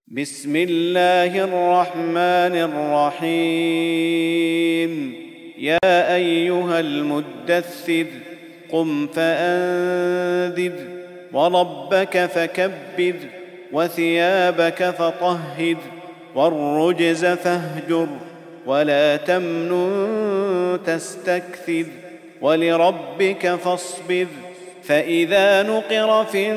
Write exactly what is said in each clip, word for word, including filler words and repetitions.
بسم الله الرحمن الرحيم. يا أيها المدثر قم فأنذر وربك فكبر وثيابك فطهر والرجز فاهجر ولا تمنن تستكثر ولربك فاصبر. فإذا نقر في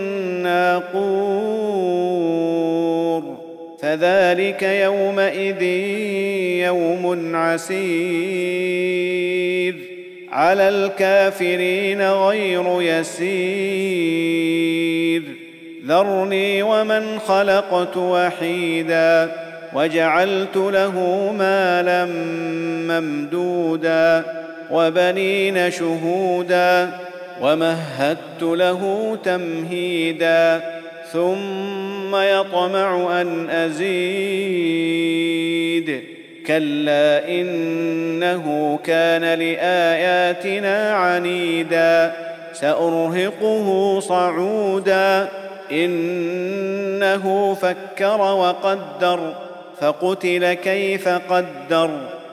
الناقور فذلك يومئذ يوم عسير على الكافرين غير يسير. ذرني ومن خلقت وحيدا وجعلت له مالا ممدودا وبنين شهودا ومهدت له تمهيدا ثم يطمع أن أزيد. كلا إنه كان لآياتنا عنيدا سأرهقه صعودا. إنه فكر وقدر فقتل كيف قدر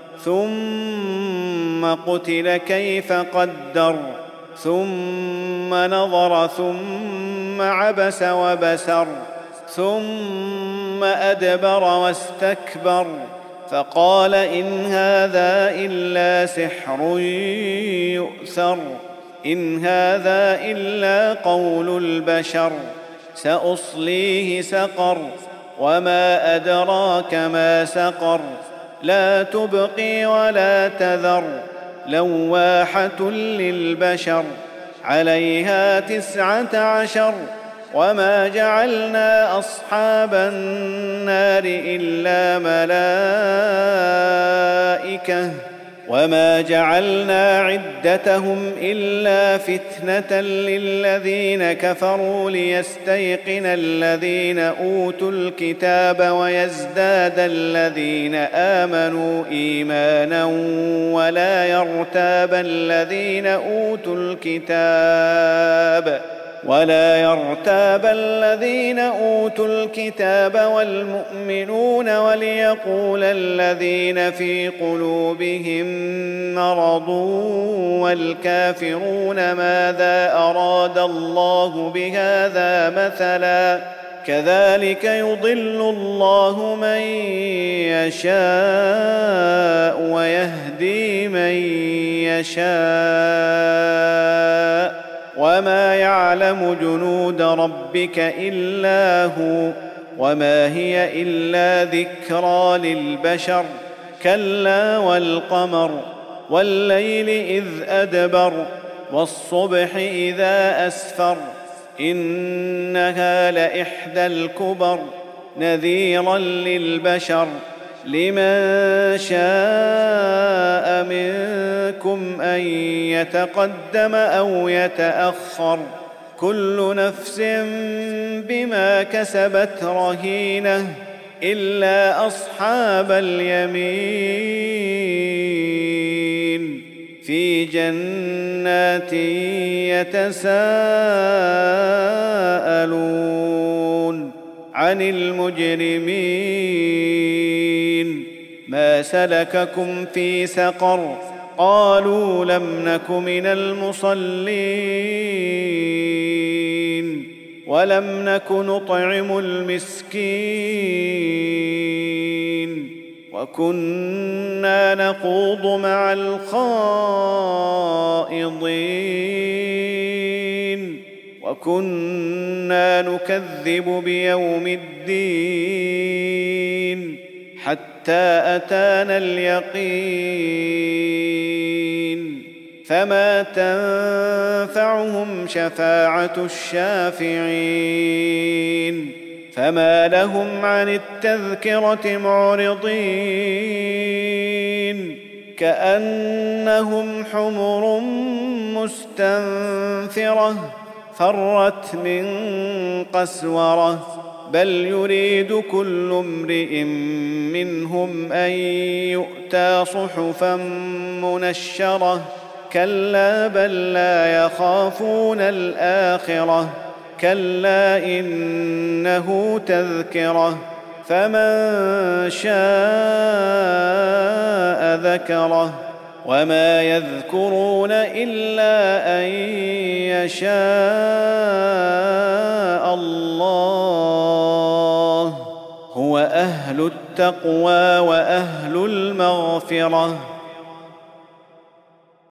ثم قتل كيف قدر ثم نظر ثم عبس وبسر ثم أدبر واستكبر فقال إن هذا إلا سحر يؤثر إن هذا إلا قول البشر سأصليه سقر وما أدراك ما سقر لا تبقي ولا تذر لواحة للبشر عليها تسعة عشر. وما جعلنا أصحاب النار إلا ملائكة وما جعلنا عدتهم إلا فتنة للذين كفروا ليستيقن الذين أوتوا الكتاب ويزداد الذين آمنوا إيمانا ولا يرتاب الذين أوتوا الكتاب ولا يرتاب الذين أوتوا الكتاب والمؤمنون وليقول الذين في قلوبهم مرض والكافرون ماذا أراد الله بهذا مثلا كذلك يضل الله من يشاء ويهدي من يشاء وما يعلم جنود ربك إلا هو وما هي إلا ذكرى للبشر. كلا والقمر والليل إذ أدبر والصبح إذا أسفر إنها لإحدى الكبر نذيرا للبشر لمن شاء منكم أن يتقدم أو يتأخر كل نفس بما كسبت رهينة إلا أصحاب اليمين في جنات يتساءلون عن المجرمين ما سلككم في سقر قالوا لم نك من المصلين ولم نك نطعم المسكين وكنا نخوض مع الخائضين وكنا نكذب بيوم الدين حتى أتانا اليقين فما تنفعهم شفاعة الشافعين فما لهم عن التذكرة معرضين كأنهم حمر مستنفرة فرت من قسورة بل يريد كل امرئ منهم أن يؤتى صحفا منشرة كلا بل لا يخافون الآخرة كلا إنه تذكرة فمن شاء ذكره وما يذكرون إلا أن يشاء الله هو أهل التقوى وأهل المغفرة